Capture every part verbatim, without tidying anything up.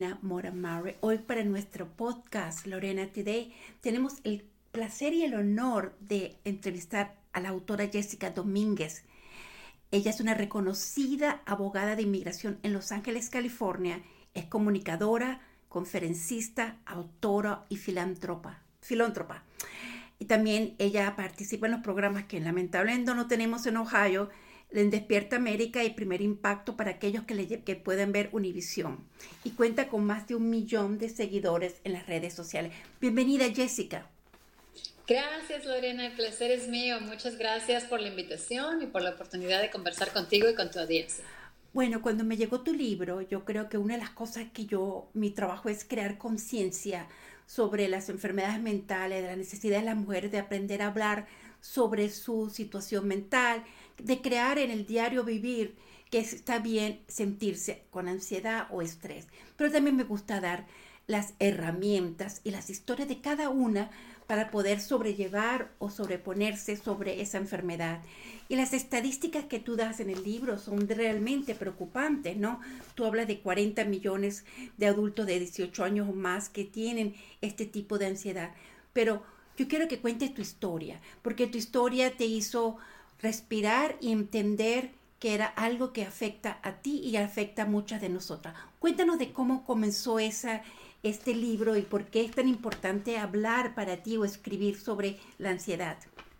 Lorena Moramare. Hoy para nuestro podcast Lorena Today tenemos el placer y el honor de entrevistar a la autora Jessica Domínguez. Ella es una reconocida abogada de inmigración en Los Ángeles, California. Es comunicadora, conferencista, autora y filántropa. filántropa. Y también ella participa en los programas que lamentablemente no tenemos en Ohio, en Despierta América y Primer Impacto para aquellos que, le, que pueden ver Univisión. Y cuenta con más de un millón de seguidores en las redes sociales. Bienvenida, Jessica. Gracias, Lorena. El placer es mío. Muchas gracias por la invitación y por la oportunidad de conversar contigo y con tu audiencia. Bueno, cuando me llegó tu libro, yo creo que una de las cosas que yo, mi trabajo es crear conciencia sobre las enfermedades mentales, de la necesidad de las mujeres de aprender a hablar sobre su situación mental, de crear en el diario vivir que está bien sentirse con ansiedad o estrés. Pero también me gusta dar las herramientas y las historias de cada una para poder sobrellevar o sobreponerse sobre esa enfermedad. Y las estadísticas que tú das en el libro son realmente preocupantes, ¿no? Tú hablas de cuarenta millones de adultos de dieciocho años o más que tienen este tipo de ansiedad. Pero yo quiero que cuentes tu historia, porque tu historia te hizo respirar y entender que era algo que afecta a ti y afecta a muchas de nosotras. Cuéntanos de cómo comenzó esa, este libro y por qué es tan importante hablar para ti o escribir sobre la ansiedad.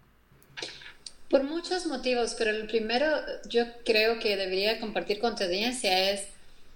Por muchos motivos, pero el primero yo creo que debería compartir con tu audiencia es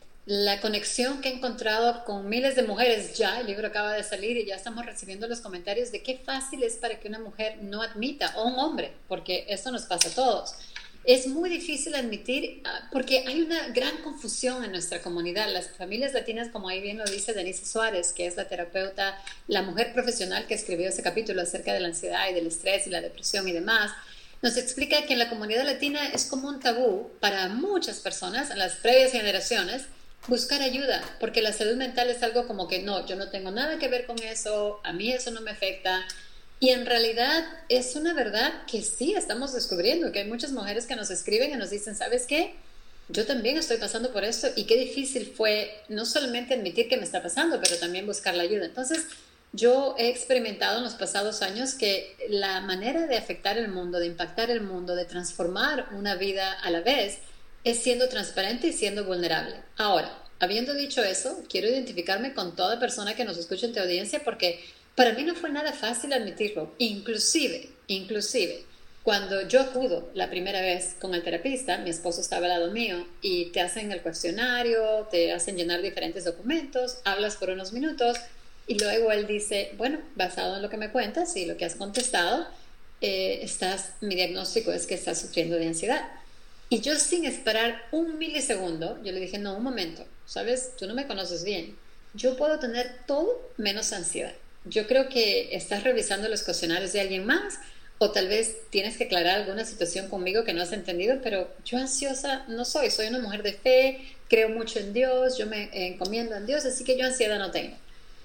la conexión que he encontrado con miles de mujeres ya. El libro acaba de salir y ya estamos recibiendo los comentarios de qué fácil es para que una mujer no admita, o un hombre, porque eso nos pasa a todos. Es muy difícil admitir porque hay una gran confusión en nuestra comunidad. Las familias latinas, como ahí bien lo dice Denise Suárez, que es la terapeuta, la mujer profesional que escribió ese capítulo acerca de la ansiedad y del estrés y la depresión y demás, nos explica que en la comunidad latina es como un tabú para muchas personas, en las previas generaciones, buscar ayuda, porque la salud mental es algo como que no, yo no tengo nada que ver con eso, a mí eso no me afecta. Y en realidad es una verdad que sí estamos descubriendo, que hay muchas mujeres que nos escriben y nos dicen, ¿sabes qué? Yo también estoy pasando por esto y qué difícil fue no solamente admitir que me está pasando, pero también buscar la ayuda. Entonces, yo he experimentado en los pasados años que la manera de afectar el mundo, de impactar el mundo, de transformar una vida a la vez, es siendo transparente y siendo vulnerable. Ahora, habiendo dicho eso, quiero identificarme con toda persona que nos escuche en tu audiencia porque para mí no fue nada fácil admitirlo. Inclusive, inclusive, cuando yo acudo la primera vez con el terapista, mi esposo estaba al lado mío y te hacen el cuestionario, te hacen llenar diferentes documentos, hablas por unos minutos y luego él dice, bueno, basado en lo que me cuentas y lo que has contestado, eh, estás, mi diagnóstico es que estás sufriendo de ansiedad. Y yo sin esperar un milisegundo, yo le dije, no, un momento, ¿sabes? Tú no me conoces bien. Yo puedo tener todo menos ansiedad. Yo creo que estás revisando los cuestionarios de alguien más o tal vez tienes que aclarar alguna situación conmigo que no has entendido, pero yo ansiosa no soy. Soy una mujer de fe, creo mucho en Dios, yo me encomiendo en Dios, así que yo ansiedad no tengo.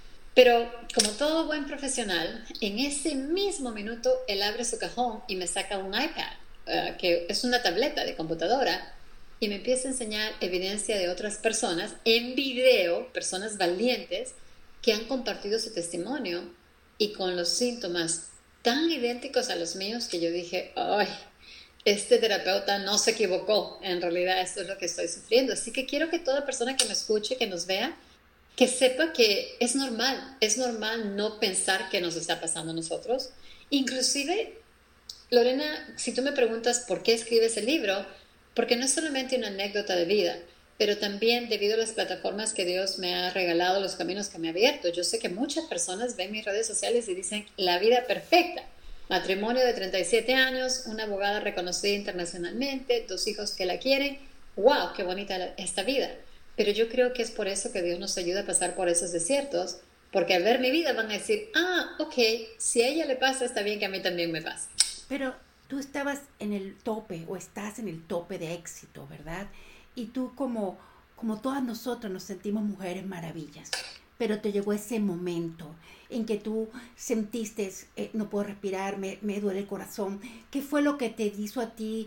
Pero como todo buen profesional, en ese mismo minuto él abre su cajón y me saca un iPad. Uh, que es una tableta de computadora y me empieza a enseñar evidencia de otras personas en video, personas valientes que han compartido su testimonio y con los síntomas tan idénticos a los míos que yo dije, ay, este terapeuta no se equivocó, en realidad esto es lo que estoy sufriendo. Así que quiero que toda persona que me escuche, que nos vea, que sepa que es normal, es normal no pensar que nos está pasando a nosotros. Inclusive, Lorena, si tú me preguntas por qué escribes el libro, porque no es solamente una anécdota de vida, pero también debido a las plataformas que Dios me ha regalado, los caminos que me ha abierto. Yo sé que muchas personas ven mis redes sociales y dicen la vida perfecta. Matrimonio de treinta y siete años, una abogada reconocida internacionalmente, dos hijos que la quieren. ¡Wow! ¡Qué bonita esta vida! Pero yo creo que es por eso que Dios nos ayuda a pasar por esos desiertos, porque al ver mi vida van a decir, ah, ok, si a ella le pasa, está bien que a mí también me pase. Pero tú estabas en el tope o estás en el tope de éxito, ¿verdad? Y tú como, como todas nosotras nos sentimos mujeres maravillas. Pero te llegó ese momento en que tú sentiste, eh, no puedo respirar, me, me duele el corazón. ¿Qué fue lo que te hizo a ti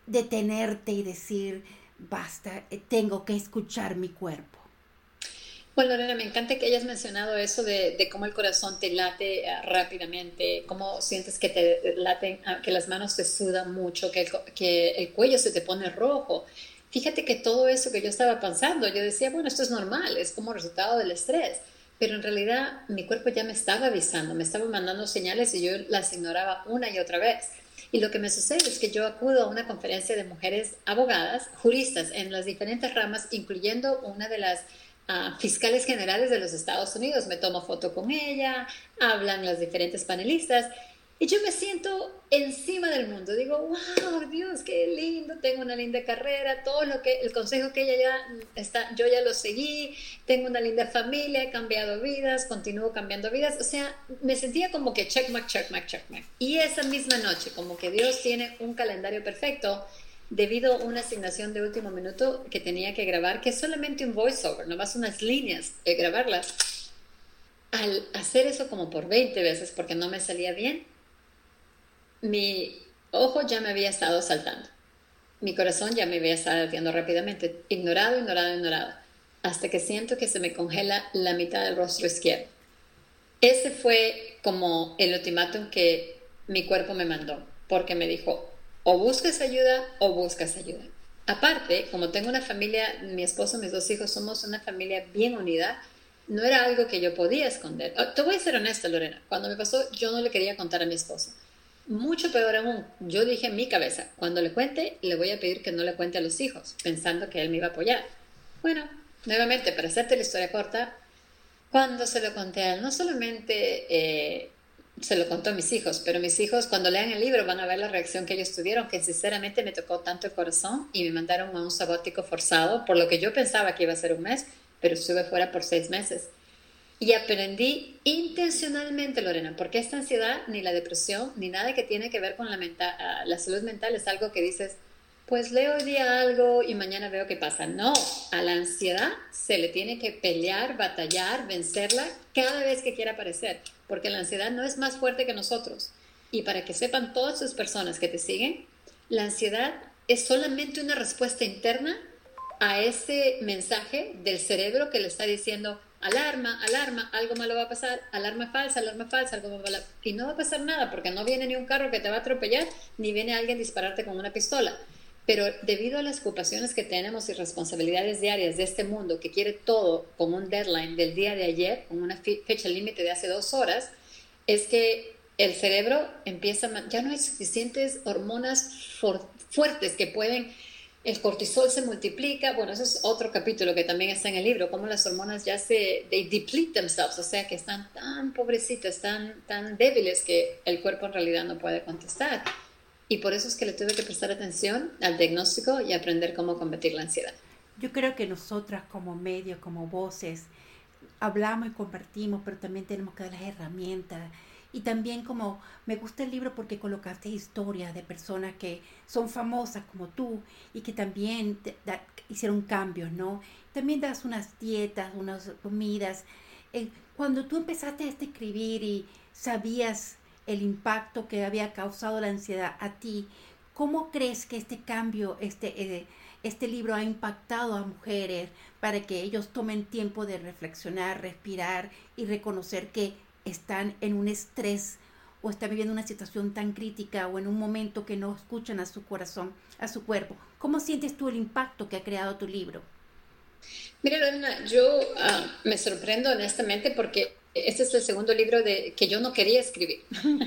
detenerte y decir, basta, eh, tengo que escuchar mi cuerpo? Bueno, Lorena, me encanta que hayas mencionado eso de, de cómo el corazón te late uh, rápidamente, cómo sientes que te laten, uh, que las manos te sudan mucho, que el, que el cuello se te pone rojo. Fíjate que todo eso que yo estaba pensando, yo decía, bueno, esto es normal, es como resultado del estrés, pero en realidad mi cuerpo ya me estaba avisando, me estaba mandando señales y yo las ignoraba una y otra vez. Y lo que me sucede es que yo acudo a una conferencia de mujeres abogadas, juristas en las diferentes ramas, incluyendo una de las uh, fiscales generales de los Estados Unidos. Me tomo foto con ella, hablan las diferentes panelistas y yo me siento encima del mundo. Digo, wow, Dios, qué lindo, tengo una linda carrera, todo lo que, el consejo que ella ya está, yo ya lo seguí, tengo una linda familia, he cambiado vidas, continúo cambiando vidas. O sea, me sentía como que check mark, check mark, check mark. Y esa misma noche, como que Dios tiene un calendario perfecto, debido a una asignación de último minuto que tenía que grabar, que es solamente un voiceover, nomás unas líneas, eh, grabarlas. Al hacer eso como por veinte veces, porque no me salía bien, mi ojo ya me había estado saltando. Mi corazón ya me había estado latiendo rápidamente. Ignorado, ignorado, ignorado. Hasta que siento que se me congela la mitad del rostro izquierdo. Ese fue como el ultimátum que mi cuerpo me mandó. Porque me dijo, o buscas ayuda o buscas ayuda. Aparte, como tengo una familia, mi esposo y mis dos hijos, somos una familia bien unida. No era algo que yo podía esconder. Te voy a ser honesta, Lorena. Cuando me pasó, yo no le quería contar a mi esposo. Mucho peor aún, yo dije en mi cabeza, cuando le cuente, le voy a pedir que no le cuente a los hijos, pensando que él me iba a apoyar. Bueno, nuevamente, para hacerte la historia corta, cuando se lo conté a él, no solamente eh, se lo contó a mis hijos, pero mis hijos cuando lean el libro van a ver la reacción que ellos tuvieron, que sinceramente me tocó tanto el corazón y me mandaron a un sabático forzado, por lo que yo pensaba que iba a ser un mes, pero estuve fuera por seis meses. Y aprendí intencionalmente, Lorena, porque esta ansiedad, ni la depresión, ni nada que tiene que ver con la, mental, la salud mental es algo que dices, pues leo hoy día algo y mañana veo qué pasa. No, a la ansiedad se le tiene que pelear, batallar, vencerla cada vez que quiera aparecer, porque la ansiedad no es más fuerte que nosotros. Y para que sepan todas sus personas que te siguen, la ansiedad es solamente una respuesta interna a ese mensaje del cerebro que le está diciendo, alarma, alarma, algo malo va a pasar, alarma falsa, alarma falsa, algo malo, y no va a pasar nada porque no viene ni un carro que te va a atropellar, ni viene alguien a dispararte con una pistola. Pero debido a las ocupaciones que tenemos y responsabilidades diarias de este mundo que quiere todo con un deadline del día de ayer, con una fecha límite de hace dos horas, es que el cerebro empieza, ya no hay suficientes hormonas fuertes que pueden. El cortisol se multiplica, bueno, eso es otro capítulo que también está en el libro, cómo las hormonas ya se, they deplete themselves, o sea que están tan pobrecitas, tan, tan débiles que el cuerpo en realidad no puede contestar. Y por eso es que le tuve que prestar atención al diagnóstico y aprender cómo combatir la ansiedad. Yo creo que nosotras como medios, como voces, hablamos y compartimos, pero también tenemos que dar las herramientas. Y también como me gusta el libro porque colocaste historias de personas que son famosas como tú y que también te, da, hicieron cambios, ¿no? También das unas dietas, unas comidas. Eh, cuando tú empezaste a escribir y sabías el impacto que había causado la ansiedad a ti, ¿cómo crees que este cambio, este, eh, este libro ha impactado a mujeres para que ellos tomen tiempo de reflexionar, respirar y reconocer que están en un estrés o están viviendo una situación tan crítica o en un momento que no escuchan a su corazón, a su cuerpo? ¿Cómo sientes tú el impacto que ha creado tu libro? Mira, Lorena, yo uh, me sorprendo honestamente porque este es el segundo libro de, que yo no quería escribir.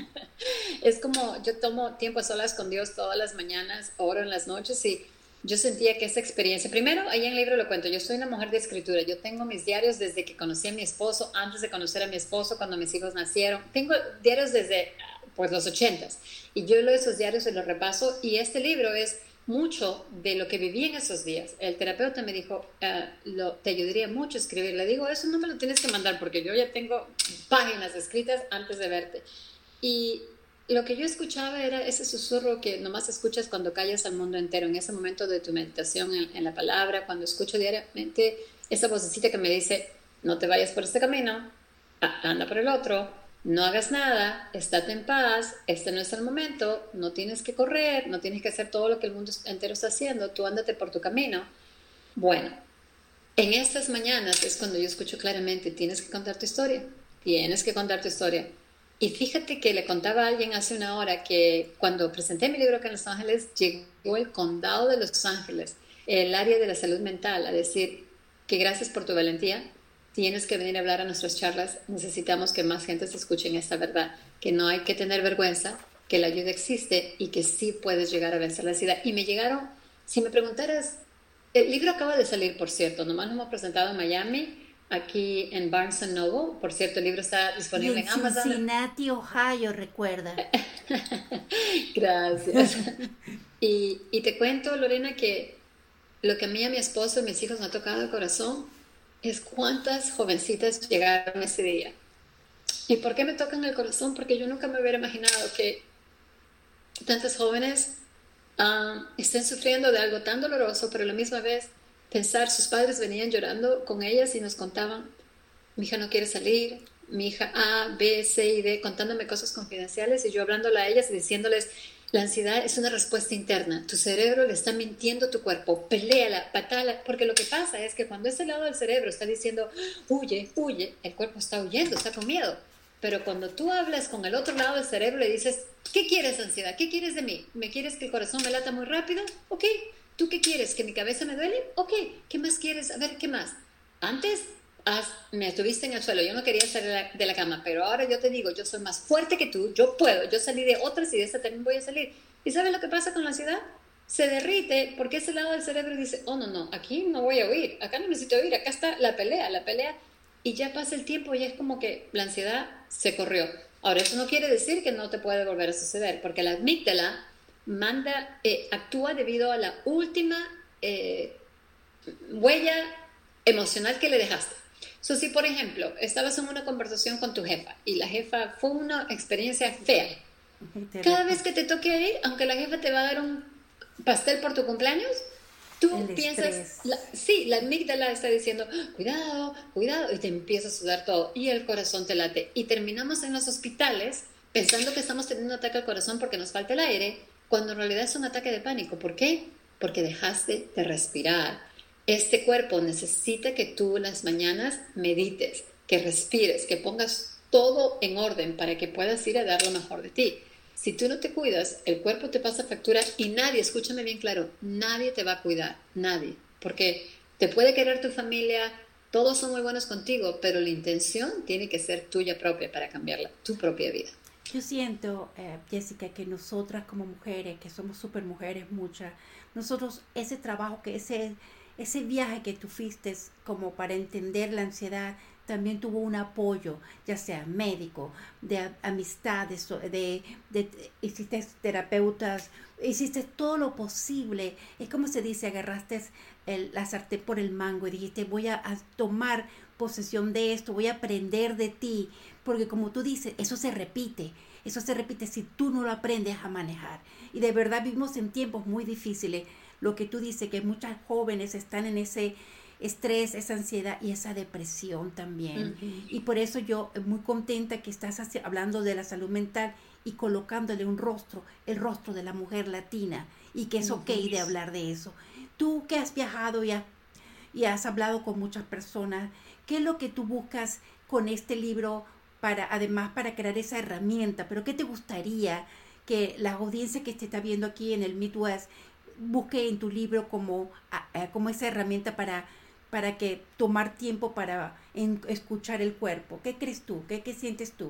Es como yo tomo tiempo a solas con Dios todas las mañanas, oro en las noches y yo sentía que esa experiencia, primero, ahí en el libro lo cuento, yo soy una mujer de escritura, yo tengo mis diarios desde que conocí a mi esposo, antes de conocer a mi esposo, cuando mis hijos nacieron, tengo diarios desde pues los ochentas, y yo leo esos diarios y los repaso, y este libro es mucho de lo que viví en esos días. El terapeuta me dijo, uh, lo, te ayudaría mucho a escribir, le digo, eso no me lo tienes que mandar, porque yo ya tengo páginas escritas antes de verte, y lo que yo escuchaba era ese susurro que nomás escuchas cuando callas al mundo entero, en ese momento de tu meditación en, en la palabra, cuando escucho diariamente esa vocecita que me dice, no te vayas por este camino, anda por el otro, no hagas nada, estate en paz, este no es el momento, no tienes que correr, no tienes que hacer todo lo que el mundo entero está haciendo, tú ándate por tu camino. Bueno, En estas mañanas es cuando yo escucho claramente, tienes que contar tu historia, tienes que contar tu historia. Y fíjate que le contaba a alguien hace una hora que cuando presenté mi libro acá en Los Ángeles, llegó el condado de Los Ángeles, el área de la salud mental, a decir que gracias por tu valentía, tienes que venir a hablar a nuestras charlas, necesitamos que más gente se escuche en esta verdad, que no hay que tener vergüenza, que la ayuda existe y que sí puedes llegar a vencer la ansiedad. Y me llegaron, si me preguntaras, el libro acaba de salir, por cierto, nomás lo hemos presentado en Miami, aquí en Barnes and Noble. Por cierto, el libro está Y disponible en en Amazon. Cincinnati, Ohio, recuerda. Gracias. Y, y te cuento, Lorena, que lo que a mí, a mi esposo y a mis hijos me ha tocado el corazón es cuántas jovencitas llegaron ese día. ¿Y por qué me tocan el corazón? Porque yo nunca me hubiera imaginado que tantas jóvenes uh, estén sufriendo de algo tan doloroso, pero a la misma vez pensar, sus padres venían llorando con ellas y nos contaban, mi hija no quiere salir, mi hija A, B, C y D, contándome cosas confidenciales y yo hablándole a ellas y diciéndoles, la ansiedad es una respuesta interna, tu cerebro le está mintiendo a tu cuerpo, peléala, patala, porque lo que pasa es que cuando ese lado del cerebro está diciendo, huye, huye, el cuerpo está huyendo, está con miedo, pero cuando tú hablas con el otro lado del cerebro le dices, ¿qué quieres, ansiedad? ¿Qué quieres de mí? ¿Me quieres que el corazón me lata muy rápido? Ok. ¿Tú qué quieres? ¿Que mi cabeza me duele? Ok, ¿qué más quieres? A ver, ¿qué más? Antes has, me tuviste en el suelo, yo no quería salir de la, de la cama, pero ahora yo te digo, yo soy más fuerte que tú, yo puedo, yo salí de otras y de esta también voy a salir. ¿Y sabes lo que pasa con la ansiedad? Se derrite porque ese lado del cerebro dice, oh, no, no, aquí no voy a huir, acá no necesito huir, acá está la pelea, la pelea, y ya pasa el tiempo y es como que la ansiedad se corrió. Ahora, eso no quiere decir que no te puede volver a suceder, porque la amígdala manda, eh, actúa debido a la última eh, huella emocional que le dejaste. So, si por ejemplo estabas en una conversación con tu jefa y la jefa fue una experiencia fea, cada vez que te toque ir, aunque la jefa te va a dar un pastel por tu cumpleaños, tú El piensas, estrés. la, sí, la amígdala está diciendo, cuidado, cuidado, y te empieza a sudar todo y el corazón te late y terminamos en los hospitales pensando que estamos teniendo un ataque al corazón porque nos falta el aire, cuando en realidad es un ataque de pánico. ¿Por qué? Porque dejaste de respirar. Este cuerpo necesita que tú las mañanas medites, que respires, que pongas todo en orden para que puedas ir a dar lo mejor de ti. Si tú no te cuidas, el cuerpo te pasa factura y nadie, escúchame bien claro, nadie te va a cuidar, nadie. Porque te puede querer tu familia, todos son muy buenos contigo, pero la intención tiene que ser tuya propia para cambiarla, tu propia vida. Yo siento, eh, Jessica, que nosotras como mujeres, que somos súper mujeres muchas, nosotros ese trabajo, que ese, ese viaje que tú fuiste como para entender la ansiedad, también tuvo un apoyo, ya sea médico, de amistades, de, de, de, hiciste terapeutas, hiciste todo lo posible. Es como se dice, agarraste el, la sartén por el mango y dijiste, voy a, a tomar posesión de esto, voy a aprender de ti, porque como tú dices, eso se repite, eso se repite si tú no lo aprendes a manejar. Y de verdad vivimos en tiempos muy difíciles, lo que tú dices, que muchas jóvenes están en ese estrés, esa ansiedad y esa depresión también. Uh-huh. Y por eso yo muy contenta que estás hablando de la salud mental y colocándole un rostro, el rostro de la mujer latina, y que es uh-huh. ok de hablar de eso. Tú que has viajado y, ha, y has hablado con muchas personas, ¿qué es lo que tú buscas con este libro para, además para crear esa herramienta? ¿Pero qué te gustaría que la audiencia que te está viendo aquí en el Midwest busque en tu libro como, como esa herramienta para, para que tomar tiempo para en, escuchar el cuerpo? ¿Qué crees tú? ¿Qué, qué sientes tú?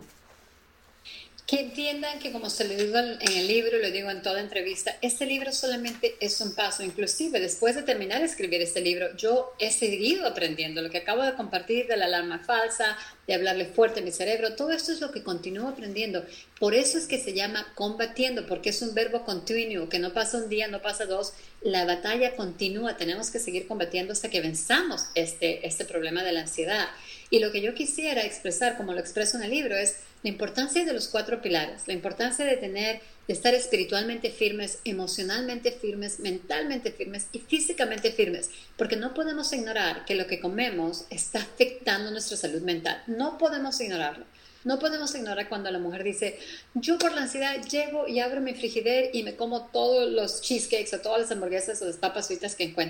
Que entiendan que, como se lo digo en el libro, lo digo en toda entrevista, este libro solamente es un paso. Inclusive después de terminar de escribir este libro, yo he seguido aprendiendo. Lo que acabo de compartir de la alarma falsa, de hablarle fuerte a mi cerebro, todo esto es lo que continúo aprendiendo. Por eso es que se llama combatiendo, porque es un verbo continuo, que no pasa un día, no pasa dos. La batalla continúa, tenemos que seguir combatiendo hasta que venzamos este, este problema de la ansiedad. Y lo que yo quisiera expresar, como lo expreso en el libro, es la importancia de los cuatro pilares, la importancia de tener, de estar espiritualmente firmes, emocionalmente firmes, mentalmente firmes y físicamente firmes, porque no podemos ignorar que lo que comemos está afectando nuestra salud mental. No podemos ignorarlo. No podemos ignorar cuando la mujer dice, yo por la ansiedad llego y abro mi frigider y me como todos los cheesecakes o todas las hamburguesas o las papas fritas que encuentre.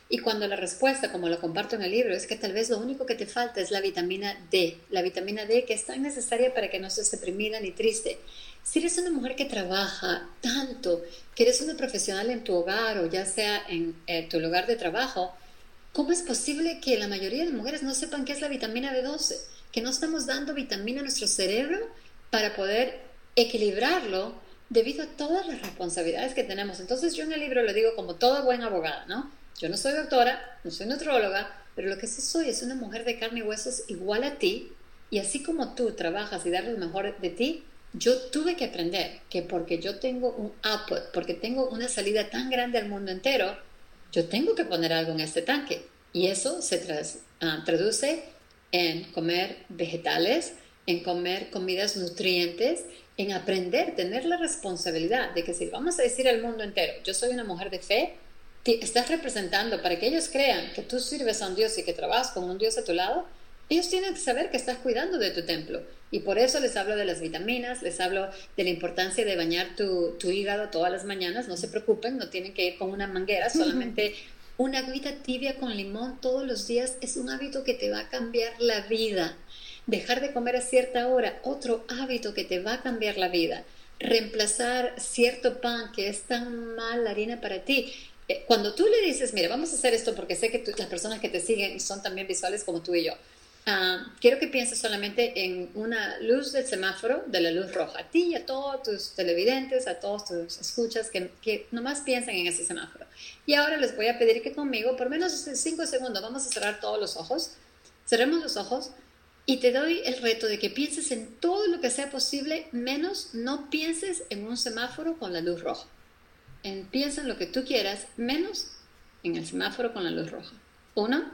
Y cuando la respuesta, como lo comparto en el libro, es que tal vez lo único que te falta es la vitamina D, la vitamina D que es tan necesaria para que no estés deprimida ni triste. Si eres una mujer que trabaja tanto, que eres una profesional en tu hogar o ya sea en eh, tu lugar de trabajo, ¿cómo es posible que la mayoría de mujeres no sepan qué es la vitamina B doce? Que no estamos dando vitamina a nuestro cerebro para poder equilibrarlo debido a todas las responsabilidades que tenemos. Entonces yo en el libro lo digo como toda buena abogada, ¿no? Yo no soy doctora, no soy nutróloga, pero lo que sí soy es una mujer de carne y huesos igual a ti, y así como tú trabajas y das lo mejor de ti, yo tuve que aprender que porque yo tengo un output, porque tengo una salida tan grande al mundo entero, yo tengo que poner algo en este tanque. Y eso se tras, uh, traduce en comer vegetales, en comer comidas nutrientes, en aprender, tener la responsabilidad de que si vamos a decir al mundo entero, yo soy una mujer de fe, te estás representando para que ellos crean que tú sirves a un Dios y que trabajas con un Dios a tu lado, ellos tienen que saber que estás cuidando de tu templo. Y por eso les hablo de las vitaminas, les hablo de la importancia de bañar tu, tu hígado todas las mañanas. No se preocupen, no tienen que ir con una manguera, solamente una agüita tibia con limón todos los días es un hábito que te va a cambiar la vida. Dejar de comer a cierta hora, otro hábito que te va a cambiar la vida. Reemplazar cierto pan que es tan mala harina para ti. Cuando tú le dices, mira, vamos a hacer esto porque sé que tú, las personas que te siguen son también visuales como tú y yo. Uh, quiero que pienses solamente en una luz del semáforo, de la luz roja. A ti y a todos tus televidentes, a todos tus escuchas, que, que nomás piensen en ese semáforo. Y ahora les voy a pedir que conmigo, por menos cinco segundos, vamos a cerrar todos los ojos. Cerremos los ojos y te doy el reto de que pienses en todo lo que sea posible, menos no pienses en un semáforo con la luz roja. En, piensa en lo que tú quieras, menos en el semáforo con la luz roja. Uno,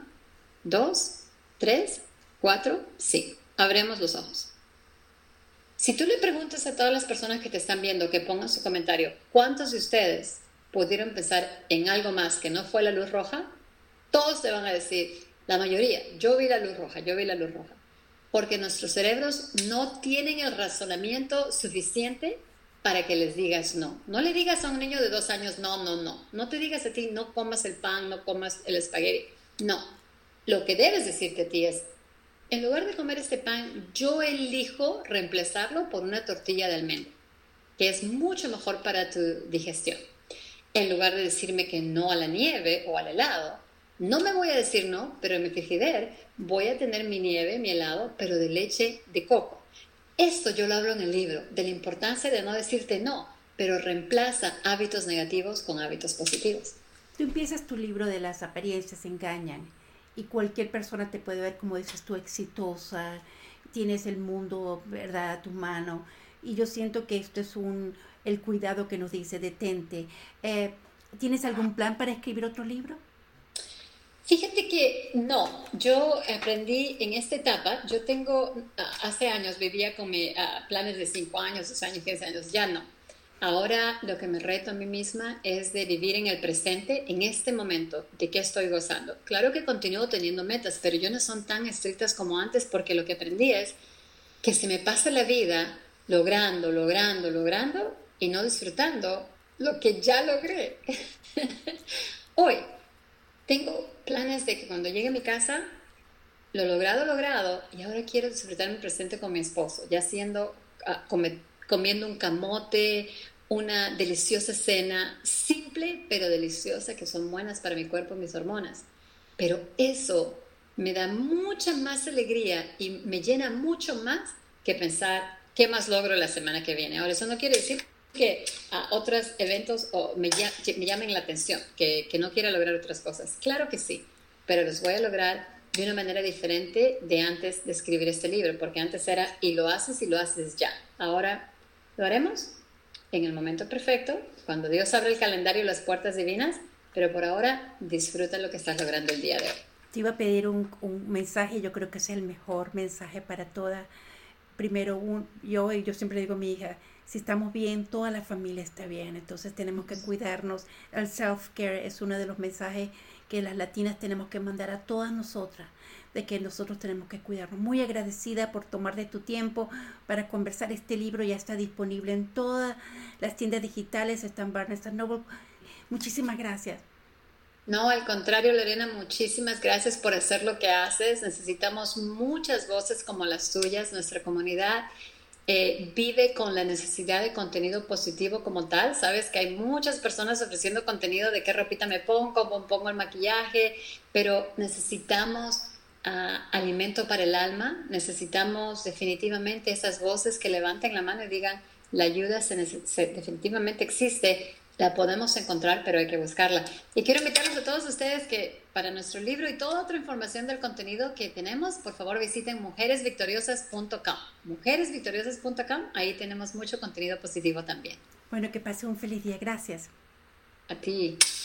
dos, tres, cuatro, cinco. Abremos los ojos. Si tú le preguntas a todas las personas que te están viendo, que pongan su comentario, ¿cuántos de ustedes pudieron pensar en algo más que no fue la luz roja? Todos te van a decir, la mayoría, yo vi la luz roja, yo vi la luz roja. Porque nuestros cerebros no tienen el razonamiento suficiente para que les digas no. No le digas a un niño de dos años, no, no, no. No te digas a ti, no comas el pan, no comas el espagueti. No. Lo que debes decirte a ti es, en lugar de comer este pan, yo elijo reemplazarlo por una tortilla de almendra, que es mucho mejor para tu digestión. En lugar de decirme que no a la nieve o al helado, no me voy a decir no, pero en mi frigider voy a tener mi nieve, mi helado, pero de leche de coco. Esto yo lo hablo en el libro, de la importancia de no decirte no, pero reemplaza hábitos negativos con hábitos positivos. Tú empiezas tu libro de las apariencias engañan y cualquier persona te puede ver, como dices tú, exitosa, tienes el mundo, ¿verdad?, a tu mano. Y yo siento que esto es un el cuidado que nos dice, detente. Eh, ¿Tienes algún plan para escribir otro libro? Fíjate que no, yo aprendí en esta etapa, yo tengo, uh, hace años vivía con mis uh, planes de cinco años, dos años, quince años, ya no. Ahora lo que me reto a mí misma es de vivir en el presente, en este momento, de qué estoy gozando. Claro que continúo teniendo metas, pero yo no son tan estrictas como antes porque lo que aprendí es que se me pasa la vida logrando, logrando, logrando y no disfrutando lo que ya logré. Hoy tengo planes de que cuando llegue a mi casa, lo logrado, logrado, y ahora quiero disfrutar mi presente con mi esposo, ya siendo, uh, come, comiendo un camote, una deliciosa cena, simple pero deliciosa, que son buenas para mi cuerpo y mis hormonas. Pero eso me da mucha más alegría y me llena mucho más que pensar qué más logro la semana que viene. Ahora, eso no quiere decir que a otros eventos o me, me llamen la atención, que, que no quiera lograr otras cosas. Claro que sí, pero los voy a lograr de una manera diferente de antes de escribir este libro, porque antes era y lo haces y lo haces ya. Ahora lo haremos en el momento perfecto, cuando Dios abre el calendario y las puertas divinas, pero por ahora disfruta lo que estás logrando el día de hoy. Te iba a pedir un, un mensaje, yo creo que es el mejor mensaje para toda. Primero, un, yo, yo siempre digo a mi hija, si estamos bien, toda la familia está bien, entonces tenemos que cuidarnos. El self-care es uno de los mensajes que las latinas tenemos que mandar a todas nosotras, de que nosotros tenemos que cuidarnos. Muy agradecida por tomar de tu tiempo para conversar. Este libro ya está disponible en todas las tiendas digitales, está en Barnes and Noble. Muchísimas gracias. No, al contrario, Lorena, muchísimas gracias por hacer lo que haces. Necesitamos muchas voces como las tuyas. Nuestra comunidad eh, vive con la necesidad de contenido positivo como tal. Sabes que hay muchas personas ofreciendo contenido de qué ropita me pongo, cómo pongo el maquillaje, pero necesitamos uh, alimento para el alma. Necesitamos definitivamente esas voces que levanten la mano y digan, la ayuda se, se, definitivamente existe. La podemos encontrar, pero hay que buscarla. Y quiero invitarlos a todos ustedes que para nuestro libro y toda otra información del contenido que tenemos, por favor visiten mujeres victoriosas punto com. mujeres victoriosas punto com, ahí tenemos mucho contenido positivo también. Bueno, que pase un feliz día. Gracias. A ti.